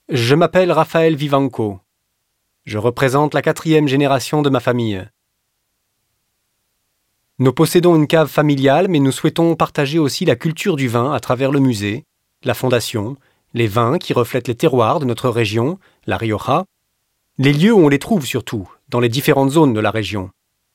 Je m'appelle Raphaël Vivanco. Je représente la 4e génération de ma famille. Nous possédons une cave familiale, mais nous souhaitons partager aussi la culture du vin à travers le musée, la fondation, les vins qui reflètent les terroirs de notre région, la Rioja, les lieux où on les trouve surtout, dans les différentes zones de la région.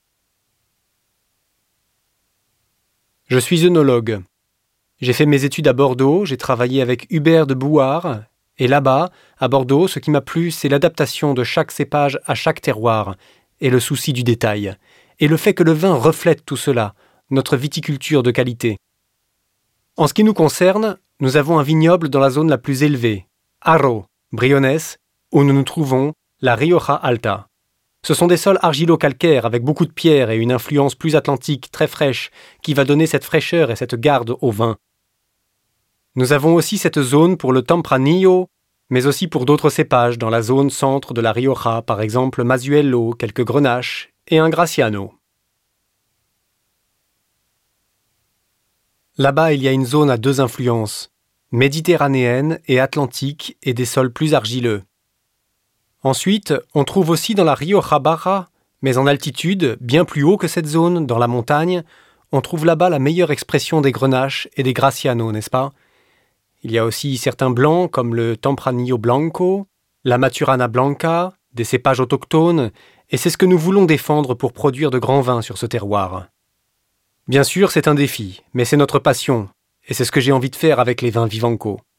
Je suis œnologue. J'ai fait mes études à Bordeaux, j'ai travaillé avec Hubert de Bouart, et là-bas, à Bordeaux, ce qui m'a plu, c'est l'adaptation de chaque cépage à chaque terroir, et le souci du détail, et le fait que le vin reflète tout cela, notre viticulture de qualité. En ce qui nous concerne, nous avons un vignoble dans la zone la plus élevée, Haro, Briones, où nous nous trouvons, la Rioja Alta. Ce sont des sols argilo-calcaires avec beaucoup de pierres et une influence plus atlantique, très fraîche, qui va donner cette fraîcheur et cette garde au vin. Nous avons aussi cette zone pour le Tempranillo, mais aussi pour d'autres cépages dans la zone centre de la Rioja, par exemple Masuelo, quelques Grenaches et un Graciano. Là-bas, il y a une zone à 2 influences, méditerranéenne et atlantique, et des sols plus argileux. Ensuite, on trouve aussi dans la Rioja Baja, mais en altitude, bien plus haut que cette zone, dans la montagne, on trouve là-bas la meilleure expression des Grenaches et des Graciano, n'est-ce pas? Il y a aussi certains blancs comme le Tempranillo Blanco, la Maturana Blanca, des cépages autochtones, et c'est ce que nous voulons défendre pour produire de grands vins sur ce terroir. Bien sûr, c'est un défi, mais c'est notre passion, et c'est ce que j'ai envie de faire avec les vins Vivanco.